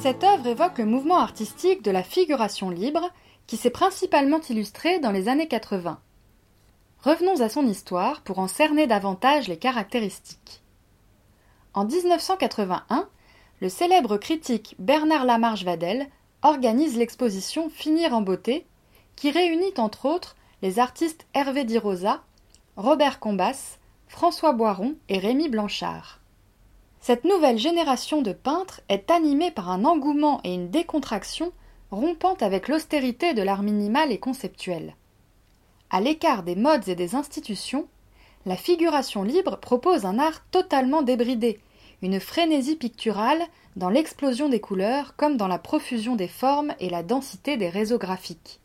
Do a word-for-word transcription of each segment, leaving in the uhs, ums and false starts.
Cette œuvre évoque le mouvement artistique de la figuration libre qui s'est principalement illustré dans les années quatre-vingts. Revenons à son histoire pour en cerner davantage les caractéristiques. En dix-neuf cent quatre-vingt-un, le célèbre critique Bernard Lamarche Vadel organise l'exposition Finir en beauté, qui réunit entre autres les artistes Hervé Di Rosa, Robert Combas, François Boiron et Rémy Blanchard. Cette nouvelle génération de peintres est animée par un engouement et une décontraction rompant avec l'austérité de l'art minimal et conceptuel. À l'écart des modes et des institutions, la figuration libre propose un art totalement débridé, une frénésie picturale dans l'explosion des couleurs comme dans la profusion des formes et la densité des réseaux graphiques.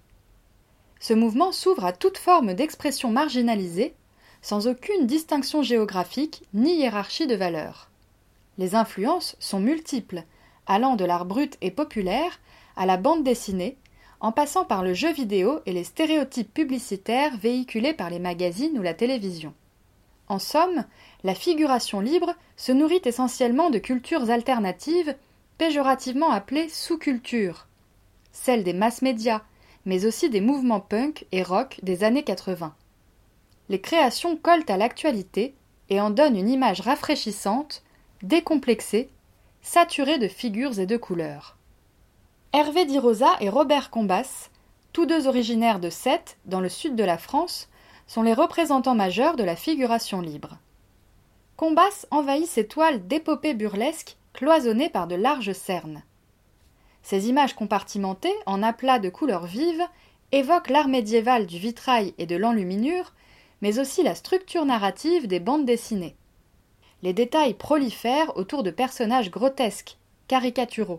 Ce mouvement s'ouvre à toute forme d'expression marginalisée, sans aucune distinction géographique ni hiérarchie de valeurs. Les influences sont multiples, allant de l'art brut et populaire à la bande dessinée, en passant par le jeu vidéo et les stéréotypes publicitaires véhiculés par les magazines ou la télévision. En somme, la figuration libre se nourrit essentiellement de cultures alternatives, péjorativement appelées sous-cultures, celles des mass-médias, mais aussi des mouvements punk et rock des années quatre-vingts. Les créations collent à l'actualité et en donnent une image rafraîchissante, décomplexée, saturée de figures et de couleurs. Hervé Di Rosa et Robert Combas, tous deux originaires de Sète, dans le sud de la France, sont les représentants majeurs de la figuration libre. Combas envahit ses toiles d'épopées burlesques cloisonnées par de larges cernes. Ces images compartimentées, en aplats de couleurs vives, évoquent l'art médiéval du vitrail et de l'enluminure, mais aussi la structure narrative des bandes dessinées. Les détails prolifèrent autour de personnages grotesques, caricaturaux.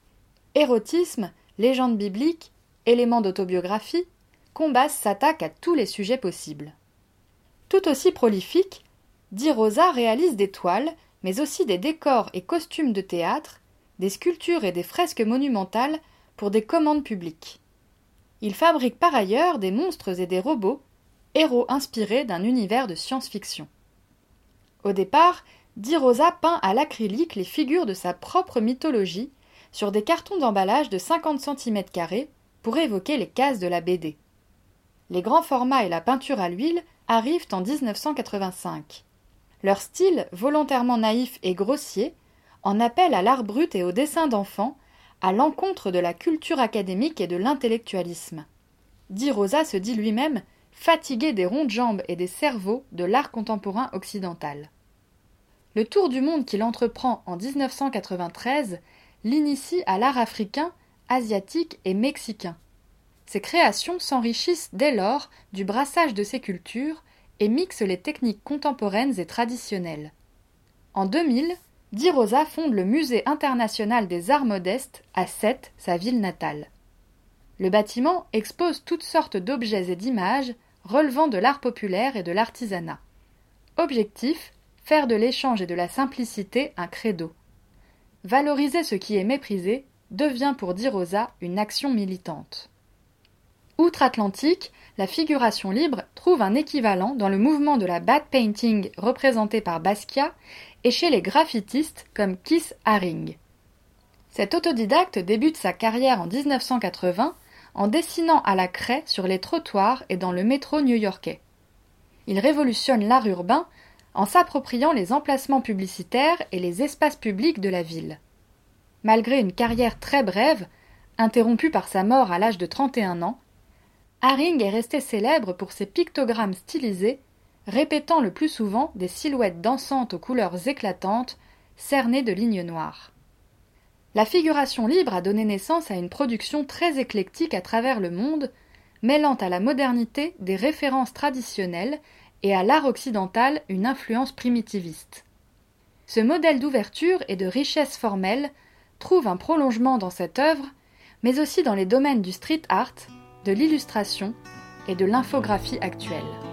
Érotisme, légendes bibliques, éléments d'autobiographie, Combas s'attaque à tous les sujets possibles. Tout aussi prolifique, Di Rosa réalise des toiles, mais aussi des décors et costumes de théâtre, des sculptures et des fresques monumentales pour des commandes publiques. Il fabrique par ailleurs des monstres et des robots, héros inspirés d'un univers de science-fiction. Au départ, Di Rosa peint à l'acrylique les figures de sa propre mythologie sur des cartons d'emballage de cinquante centimètres carrés pour évoquer les cases de la B D. Les grands formats et la peinture à l'huile arrivent en dix-neuf cent quatre-vingt-cinq. Leur style, volontairement naïf et grossier, en appelle à l'art brut et au dessin d'enfants, à l'encontre de la culture académique et de l'intellectualisme. Di Rosa se dit lui-même fatigué des rondes jambes et des cerveaux de l'art contemporain occidental. Le tour du monde qu'il entreprend en dix-neuf cent quatre-vingt-treize l'initie à l'art africain, asiatique et mexicain. Ses créations s'enrichissent dès lors du brassage de ces cultures et mixent les techniques contemporaines et traditionnelles. En deux mille, Di Rosa fonde le Musée international des arts modestes à Sète, sa ville natale. Le bâtiment expose toutes sortes d'objets et d'images relevant de l'art populaire et de l'artisanat. Objectif, faire de l'échange et de la simplicité un credo. Valoriser ce qui est méprisé devient pour Di Rosa une action militante. Outre-Atlantique, la figuration libre trouve un équivalent dans le mouvement de la bad painting représenté par Basquiat et chez les graffitistes comme Keith Haring. Cet autodidacte débute sa carrière en dix-neuf cent quatre-vingts en dessinant à la craie sur les trottoirs et dans le métro new-yorkais. Il révolutionne l'art urbain en s'appropriant les emplacements publicitaires et les espaces publics de la ville. Malgré une carrière très brève, interrompue par sa mort à l'âge de trente et un ans, Haring est resté célèbre pour ses pictogrammes stylisés, répétant le plus souvent des silhouettes dansantes aux couleurs éclatantes, cernées de lignes noires. La figuration libre a donné naissance à une production très éclectique à travers le monde, mêlant à la modernité des références traditionnelles et à l'art occidental une influence primitiviste. Ce modèle d'ouverture et de richesse formelle trouve un prolongement dans cette œuvre, mais aussi dans les domaines du street art, de l'illustration et de l'infographie actuelle.